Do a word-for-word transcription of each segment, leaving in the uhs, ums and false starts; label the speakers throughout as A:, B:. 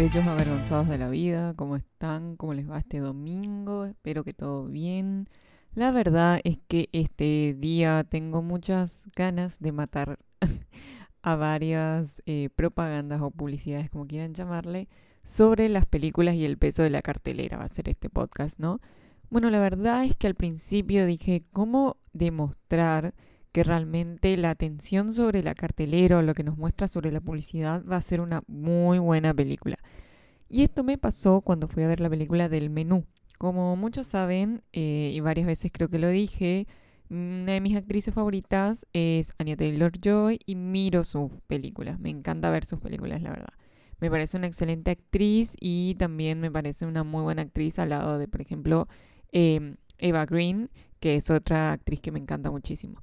A: bellos avergonzados de la vida, ¿cómo están? ¿Cómo les va este domingo? Espero que todo bien. La verdad es que este día tengo muchas ganas de matar a varias eh, propagandas o publicidades, como quieran llamarle, sobre las películas y el peso de la cartelera. Va a ser este podcast, ¿no? Bueno, la verdad es que al principio dije, ¿cómo demostrar que realmente la atención sobre la cartelera o lo que nos muestra sobre la publicidad va a ser una muy buena película? Y esto me pasó cuando fui a ver la película del Menú. Como muchos saben, eh, y varias veces creo que lo dije, una de mis actrices favoritas es Anya Taylor-Joy y miro sus películas. Me encanta ver sus películas, la verdad. Me parece una excelente actriz y también me parece una muy buena actriz al lado de, por ejemplo, eh, Eva Green, que es otra actriz que me encanta muchísimo.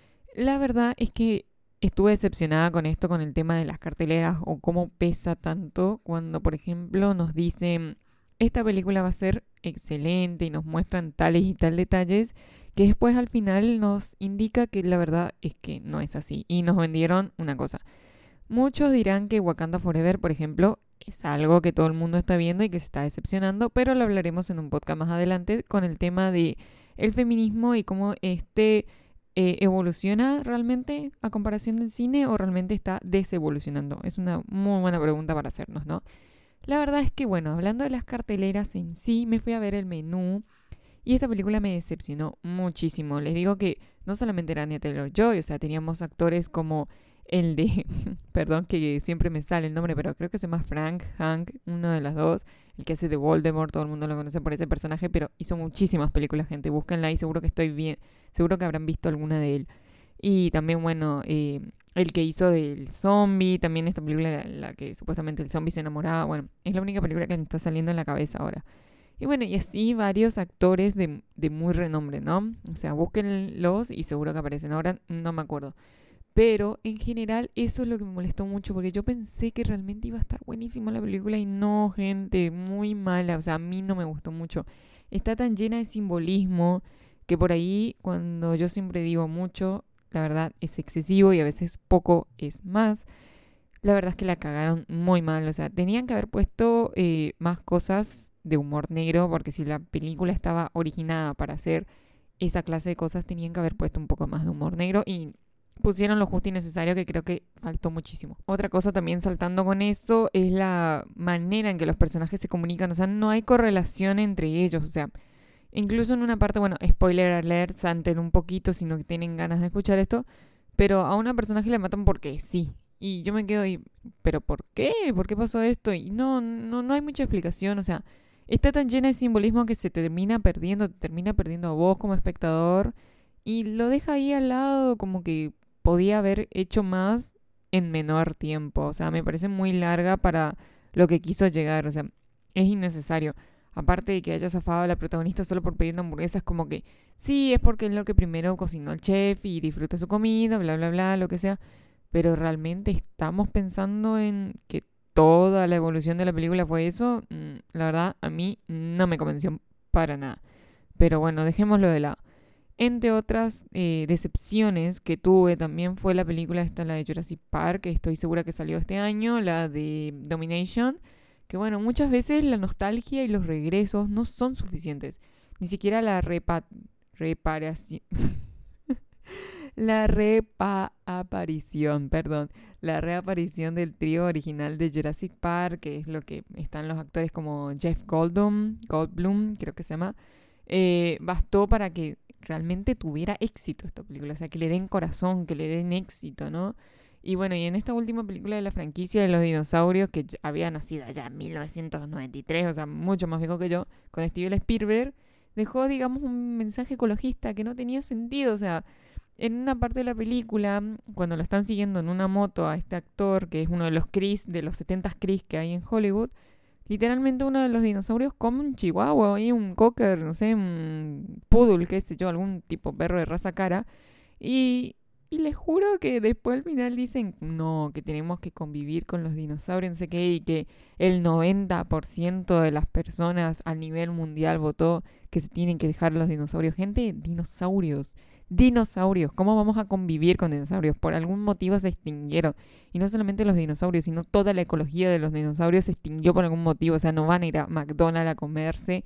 A: La verdad es que estuve decepcionada con esto, con el tema de las carteleras o cómo pesa tanto cuando, por ejemplo, nos dicen, esta película va a ser excelente y nos muestran tales y tal detalles que después al final nos indica que la verdad es que no es así y nos vendieron una cosa. Muchos dirán que Wakanda Forever, por ejemplo, es algo que todo el mundo está viendo y que se está decepcionando, pero lo hablaremos en un podcast más adelante con el tema de el feminismo y cómo este eh, evoluciona realmente a comparación del cine o realmente está desevolucionando. Es una muy buena pregunta para hacernos, ¿no? La verdad es que, bueno, hablando de las carteleras en sí, me fui a ver el Menú y esta película me decepcionó muchísimo. Les digo que no solamente era Anya Taylor-Joy, o sea, teníamos actores como el de, perdón que siempre me sale el nombre, pero creo que se llama Frank, Hank, uno de las dos, el que hace de Voldemort, todo el mundo lo conoce por ese personaje, pero hizo muchísimas películas, gente, búsquenla y seguro que estoy bien, seguro que habrán visto alguna de él. Y también, bueno, eh, el que hizo del zombie, también esta película, la, la que supuestamente el zombie se enamoraba, bueno, es la única película que me está saliendo en la cabeza ahora. Y bueno, y así varios actores de, de muy renombre, ¿no? O sea, búsquenlos y seguro que aparecen. Ahora no me acuerdo. Pero en general eso es lo que me molestó mucho porque yo pensé que realmente iba a estar buenísima la película y no, gente, muy mala. O sea, a mí no me gustó mucho. Está tan llena de simbolismo que por ahí cuando yo siempre digo mucho, la verdad es excesivo y a veces poco es más. La verdad es que la cagaron muy mal. O sea, tenían que haber puesto eh, más cosas de humor negro porque si la película estaba originada para hacer esa clase de cosas tenían que haber puesto un poco más de humor negro y pusieron lo justo y necesario que creo que faltó muchísimo. Otra cosa también saltando con eso es la manera en que los personajes se comunican, o sea, no hay correlación entre ellos, o sea, incluso en una parte, bueno, spoiler alert, salten un poquito si no tienen ganas de escuchar esto, pero a una personaje le matan porque sí. Y yo me quedo ahí, ¿pero por qué? ¿Por qué pasó esto? Y no, no, no hay mucha explicación, o sea, está tan llena de simbolismo que se termina perdiendo, te termina perdiendo a vos como espectador y lo deja ahí al lado como que podía haber hecho más en menor tiempo. O sea, me parece muy larga para lo que quiso llegar. O sea, es innecesario. Aparte de que haya zafado a la protagonista solo por pedir una hamburguesa, es como que sí, es porque es lo que primero cocinó el chef y disfruta su comida, bla, bla, bla, lo que sea. Pero realmente estamos pensando en que toda la evolución de la película fue eso. Mm, La verdad, a mí no me convenció para nada. Pero bueno, dejémoslo de lado. Entre otras eh, decepciones que tuve también fue la película esta, la de Jurassic Park, que estoy segura que salió este año, la de Domination, que bueno, muchas veces la nostalgia y los regresos no son suficientes. Ni siquiera la repa reparación, la reaparición, perdón, la reaparición del trío original de Jurassic Park, que es lo que están los actores como Jeff Goldblum, Goldblum, creo que se llama, eh, bastó para que realmente tuviera éxito esta película, o sea, que le den corazón, que le den éxito, ¿no? Y bueno, y en esta última película de la franquicia de los dinosaurios, que había nacido allá en mil novecientos noventa y tres, o sea, mucho más viejo que yo, con Steven Spielberg, dejó, digamos, un mensaje ecologista que no tenía sentido, o sea, en una parte de la película, cuando lo están siguiendo en una moto a este actor, que es uno de los Chris, de los setenta Chris que hay en Hollywood, literalmente uno de los dinosaurios come un chihuahua y un cocker, no sé, un poodle, qué sé yo, algún tipo perro de raza cara. Y, y les juro que después al final dicen, no, que tenemos que convivir con los dinosaurios, no sé qué, y que el noventa por ciento de las personas a nivel mundial votó que se tienen que dejar los dinosaurios. Gente, dinosaurios, Dinosaurios, ¿cómo vamos a convivir con dinosaurios? Por algún motivo se extinguieron. Y no solamente los dinosaurios, sino toda la ecología de los dinosaurios se extinguió por algún motivo. O sea, no van a ir a McDonald's a comerse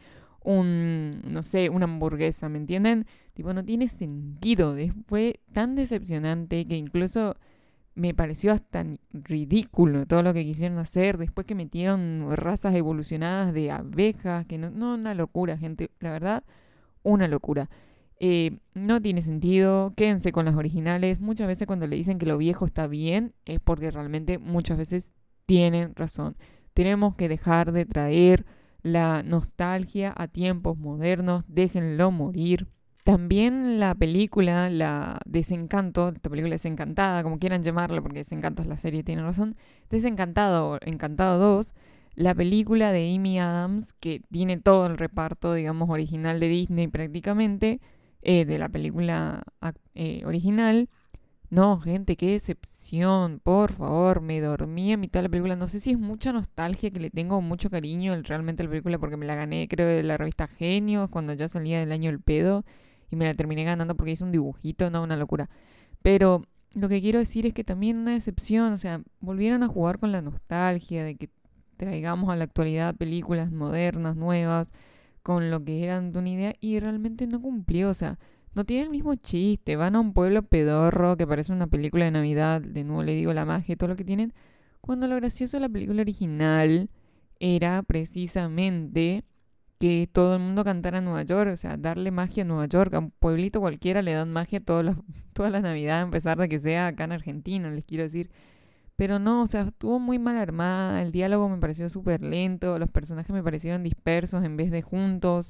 A: un, no sé, una hamburguesa, ¿me entienden? Tipo, no tiene sentido. Fue tan decepcionante que incluso me pareció hasta ridículo todo lo que quisieron hacer. Después que metieron razas evolucionadas de abejas, que no, no, una locura, gente. La verdad, una locura. Eh, no tiene sentido, quédense con las originales. Muchas veces cuando le dicen que lo viejo está bien, es porque realmente muchas veces tienen razón. Tenemos que dejar de traer la nostalgia a tiempos modernos, déjenlo morir. También la película, la Desencanto, esta película Desencantada, como quieran llamarla, porque Desencanto es la serie, tiene razón. Desencantado, Encantado dos, la película de Amy Adams, que tiene todo el reparto, digamos, original de Disney prácticamente, eh, de la película eh, original. No, gente, qué decepción, por favor, me dormí en mitad de la película. No sé si es mucha nostalgia, que le tengo mucho cariño realmente a la película, porque me la gané, creo, de la revista Genios, cuando ya salía del año El Pedo, y me la terminé ganando porque hice un dibujito, no, una locura. Pero lo que quiero decir es que también una decepción, o sea, volvieron a jugar con la nostalgia de que traigamos a la actualidad películas modernas, nuevas, con lo que eran de una idea, y realmente no cumplió, o sea, no tiene el mismo chiste. Van a un pueblo pedorro que parece una película de Navidad, de nuevo le digo la magia y todo lo que tienen, cuando lo gracioso de la película original era precisamente que todo el mundo cantara en Nueva York, o sea, darle magia a Nueva York. A un pueblito cualquiera le dan magia todas las todas las Navidades, a pesar de que sea acá en Argentina, les quiero decir. Pero no, o sea, estuvo muy mal armada, el diálogo me pareció súper lento, los personajes me parecieron dispersos en vez de juntos.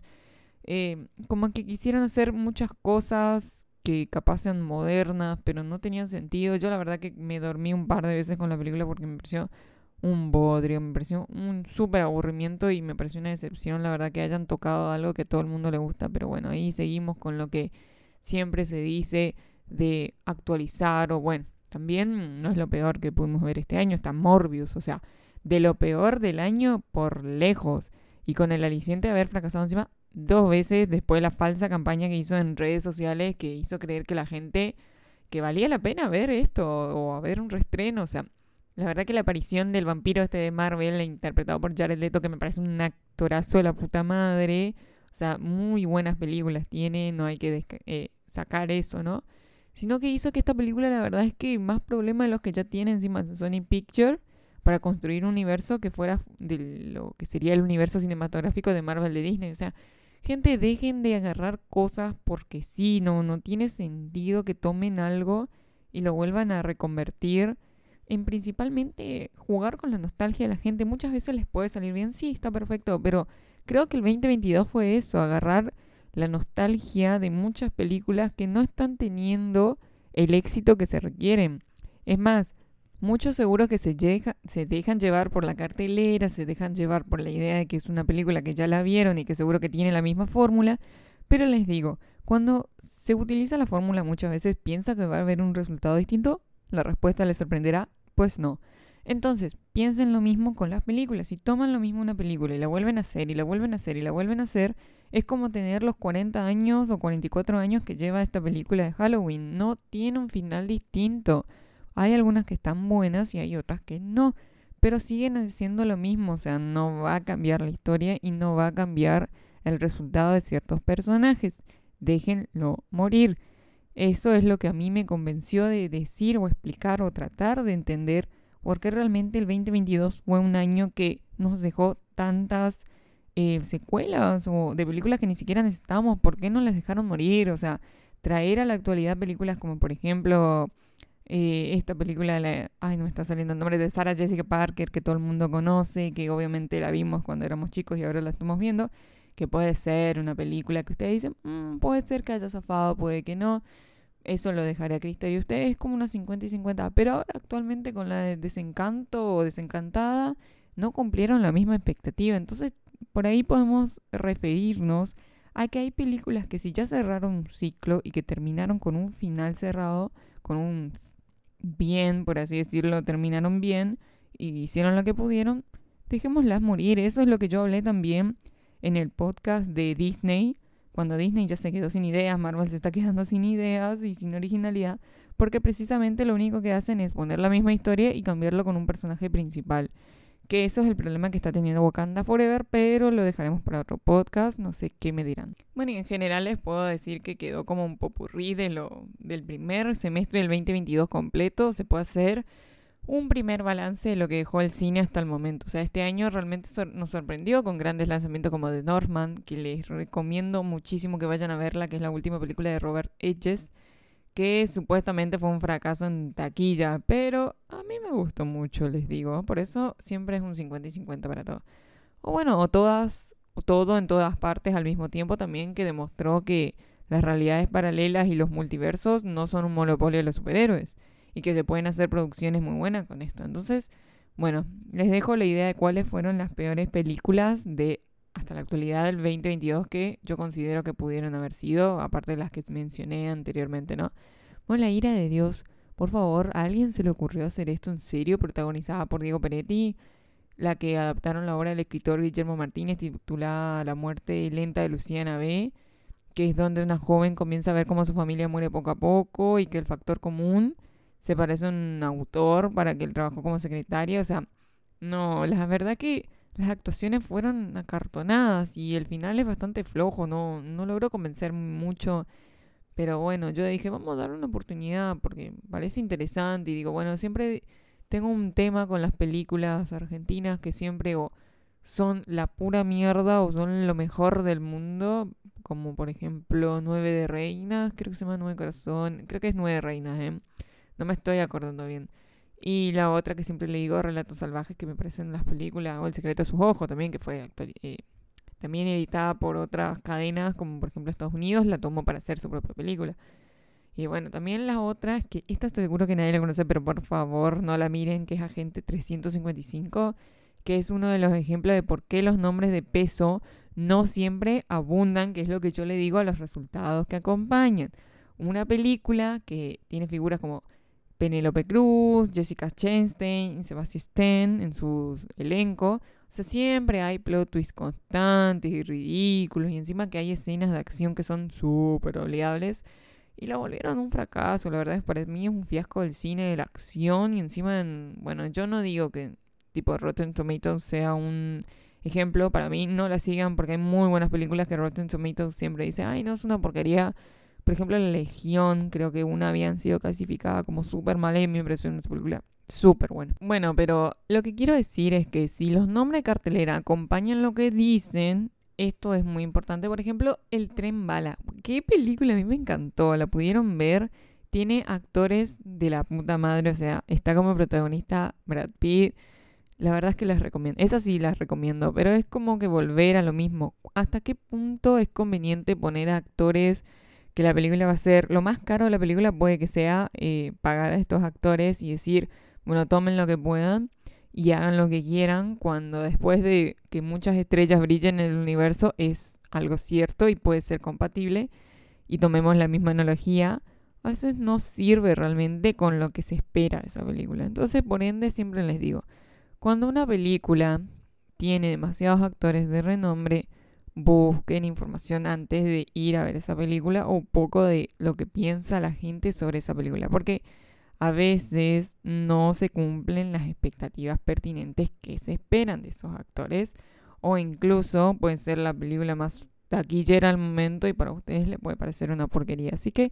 A: Eh, como que quisieron hacer muchas cosas que capaz sean modernas, pero no tenían sentido. Yo la verdad que me dormí un par de veces con la película porque me pareció un bodrio, me pareció un súper aburrimiento y me pareció una decepción, la verdad, que hayan tocado algo que a todo el mundo le gusta. Pero bueno, ahí seguimos con lo que siempre se dice de actualizar, o bueno, también no es lo peor que pudimos ver este año, está Morbius, o sea, de lo peor del año por lejos, y con el aliciente de haber fracasado encima dos veces después de la falsa campaña que hizo en redes sociales, que hizo creer que la gente, que valía la pena ver esto o a ver un reestreno. O sea, la verdad que la aparición del vampiro este de Marvel, interpretado por Jared Leto, que me parece un actorazo de la puta madre, o sea, muy buenas películas tiene, no hay que eh, sacar eso, ¿no? Sino que hizo que esta película, la verdad es que más problemas de los que ya tiene encima Sony Pictures para construir un universo que fuera de lo que sería el universo cinematográfico de Marvel de Disney. O sea, gente, dejen de agarrar cosas porque sí, no, no tiene sentido que tomen algo y lo vuelvan a reconvertir en principalmente jugar con la nostalgia de la gente. Muchas veces les puede salir bien, sí, está perfecto, pero creo que el veinte veintidós fue eso, agarrar la nostalgia de muchas películas que no están teniendo el éxito que se requieren. Es más, muchos seguros que se, deja, se dejan llevar por la cartelera, se dejan llevar por la idea de que es una película que ya la vieron y que seguro que tiene la misma fórmula, pero les digo, cuando se utiliza la fórmula muchas veces, ¿piensa que va a haber un resultado distinto? La respuesta les sorprenderá, pues no. Entonces, piensen lo mismo con las películas. Si toman lo mismo una película y la vuelven a hacer y la vuelven a hacer y la vuelven a hacer, es como tener los cuarenta años o cuarenta y cuatro años que lleva esta película de Halloween. No tiene un final distinto. Hay algunas que están buenas y hay otras que no, pero siguen haciendo lo mismo. O sea, no va a cambiar la historia y no va a cambiar el resultado de ciertos personajes. Déjenlo morir. Eso es lo que a mí me convenció de decir o explicar o tratar de entender por qué realmente el veinte veintidós fue un año que nos dejó tantas eh, secuelas o de películas que ni siquiera necesitábamos. ¿Por qué no las dejaron morir? O sea, traer a la actualidad películas como por ejemplo eh, esta película de la, ay, no me está saliendo el nombre, de Sarah Jessica Parker, que todo el mundo conoce, que obviamente la vimos cuando éramos chicos y ahora la estamos viendo, que puede ser una película que ustedes dicen, mmm, puede ser que haya zafado, puede que no. Eso lo dejaré a criterio de ustedes, es como una cincuenta y cincuenta. Pero ahora actualmente con la de Desencanto o Desencantada no cumplieron la misma expectativa. Entonces por ahí podemos referirnos a que hay películas que si ya cerraron un ciclo y que terminaron con un final cerrado, con un bien, por así decirlo, terminaron bien y hicieron lo que pudieron, dejémoslas morir. Eso es lo que yo hablé también en el podcast de Disney, cuando Disney ya se quedó sin ideas, Marvel se está quedando sin ideas y sin originalidad, porque precisamente lo único que hacen es poner la misma historia y cambiarlo con un personaje principal. Que eso es el problema que está teniendo Wakanda Forever, pero lo dejaremos para otro podcast, no sé qué me dirán. Bueno, y en general les puedo decir que quedó como un popurrí de lo, del primer semestre del veinte veintidós completo. Se puede hacer un primer balance de lo que dejó el cine hasta el momento. O sea, este año realmente sor- nos sorprendió con grandes lanzamientos como The Northman, que les recomiendo muchísimo que vayan a verla, que es la última película de Robert Edges, que supuestamente fue un fracaso en taquilla, pero a mí me gustó mucho, les digo. Por eso siempre es un cincuenta y cincuenta para todo. O bueno, o todas, o todo en todas partes al mismo tiempo también, que demostró que las realidades paralelas y los multiversos no son un monopolio de los superhéroes y que se pueden hacer producciones muy buenas con esto. Entonces, bueno, les dejo la idea de cuáles fueron las peores películas de hasta la actualidad del veinte veintidós que yo considero que pudieron haber sido, aparte de las que mencioné anteriormente, ¿no? Bueno, La ira de Dios, por favor, ¿a alguien se le ocurrió hacer esto en serio? Protagonizada por Diego Peretti, la que adaptaron la obra del escritor Guillermo Martínez, titulada La muerte lenta de Luciana B., que es donde una joven comienza a ver cómo su familia muere poco a poco y que el factor común se parece a un autor para que él trabajó como secretaria. O sea, no, la verdad que las actuaciones fueron acartonadas y el final es bastante flojo, no, no logró convencer mucho. Pero bueno, yo dije, vamos a darle una oportunidad porque parece interesante. Y digo, bueno, siempre tengo un tema con las películas argentinas que siempre o son la pura mierda o son lo mejor del mundo. Como por ejemplo Nueve de Reinas, creo que se llama Nueve Corazón, creo que es Nueve Reinas, ¿eh? No me estoy acordando bien. Y la otra que siempre le digo, Relatos Salvajes, que me parecen las películas, o El Secreto de sus Ojos también, que fue actual, eh, también editada por otras cadenas, como por ejemplo Estados Unidos, la tomó para hacer su propia película. Y bueno, también la otra, que esta estoy seguro que nadie la conoce, pero por favor no la miren, que es Agente trescientos cincuenta y cinco, que es uno de los ejemplos de por qué los nombres de peso no siempre abundan, que es lo que yo le digo a los resultados que acompañan. Una película que tiene figuras como Penélope Cruz, Jessica Chastain, Sebastian Stan en su elenco. O sea, siempre hay plot twists constantes y ridículos. Y encima que hay escenas de acción que son súper oleables. Y la volvieron un fracaso. La verdad es que para mí es un fiasco del cine de la acción. Y encima, en, bueno, yo no digo que tipo Rotten Tomatoes sea un ejemplo. Para mí no la sigan porque hay muy buenas películas que Rotten Tomatoes siempre dice, ay, no, es una porquería. Por ejemplo, La Legión, creo que una habían sido clasificada como súper mala y me impresionó esa película. Súper buena. Bueno, pero lo que quiero decir es que si los nombres de cartelera acompañan lo que dicen, esto es muy importante. Por ejemplo, El Tren Bala. ¿Qué película? A mí me encantó. ¿La pudieron ver? Tiene actores de la puta madre. O sea, está como protagonista Brad Pitt. La verdad es que las recomiendo. Esas sí las recomiendo. Pero es como que volver a lo mismo. ¿Hasta qué punto es conveniente poner a actores que la película va a ser? Lo más caro de la película puede que sea eh, pagar a estos actores y decir, bueno, tomen lo que puedan y hagan lo que quieran, cuando después de que muchas estrellas brillen en el universo es algo cierto y puede ser compatible. Y tomemos la misma analogía, a veces no sirve realmente con lo que se espera de esa película. Entonces, por ende, siempre les digo, cuando una película tiene demasiados actores de renombre, busquen información antes de ir a ver esa película o un poco de lo que piensa la gente sobre esa película, porque a veces no se cumplen las expectativas pertinentes que se esperan de esos actores, o incluso puede ser la película más taquillera al momento y para ustedes le puede parecer una porquería. Así que,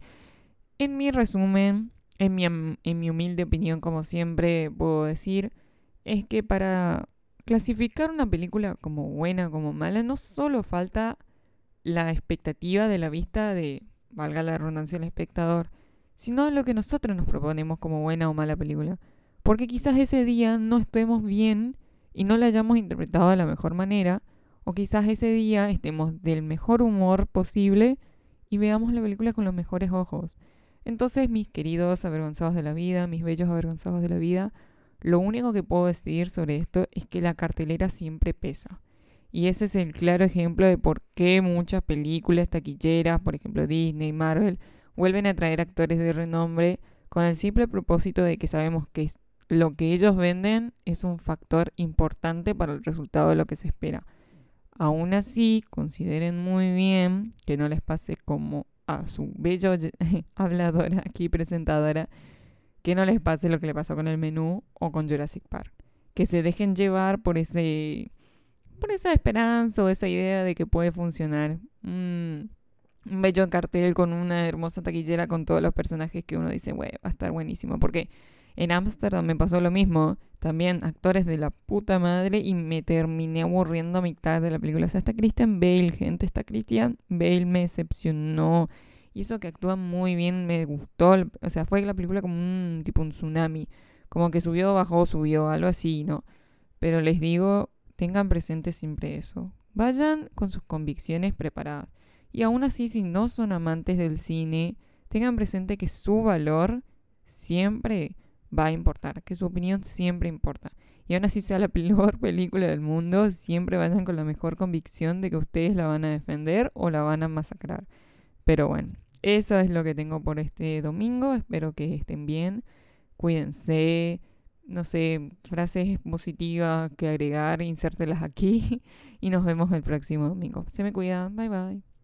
A: en mi resumen, en mi, en mi humilde opinión, como siempre puedo decir, es que para clasificar una película como buena o como mala, no solo falta la expectativa de la vista de, valga la redundancia, el espectador, sino lo que nosotros nos proponemos como buena o mala película. Porque quizás ese día no estemos bien y no la hayamos interpretado de la mejor manera, o quizás ese día estemos del mejor humor posible y veamos la película con los mejores ojos. Entonces, mis queridos avergonzados de la vida, mis bellos avergonzados de la vida, lo único que puedo decidir sobre esto es que la cartelera siempre pesa. Y ese es el claro ejemplo de por qué muchas películas taquilleras, por ejemplo Disney, Marvel, vuelven a traer actores de renombre con el simple propósito de que sabemos que lo que ellos venden es un factor importante para el resultado de lo que se espera. Aún así, consideren muy bien que no les pase como a su bella habladora aquí presentadora, que no les pase lo que le pasó con el menú o con Jurassic Park. Que se dejen llevar por ese por esa esperanza o esa idea de que puede funcionar. Mm, un bello cartel con una hermosa taquillera con todos los personajes que uno dice, güey, va a estar buenísimo. Porque en Amsterdam me pasó lo mismo. También actores de la puta madre y me terminé aburriendo a mitad de la película. O sea, está Christian Bale, gente. Está Christian Bale, me decepcionó. Y eso que actúa muy bien, me gustó. O sea, fue la película como un tipo un tsunami. Como que subió, bajó, subió, algo así, ¿no? Pero les digo, tengan presente siempre eso. Vayan con sus convicciones preparadas. Y aún así, si no son amantes del cine, tengan presente que su valor siempre va a importar, que su opinión siempre importa. Y aún así sea la peor película del mundo, siempre vayan con la mejor convicción de que ustedes la van a defender o la van a masacrar. Pero bueno, eso es lo que tengo por este domingo. Espero que estén bien. Cuídense. No sé, frases positivas que agregar, insértelas aquí. Y nos vemos el próximo domingo. Se me cuidan. Bye bye.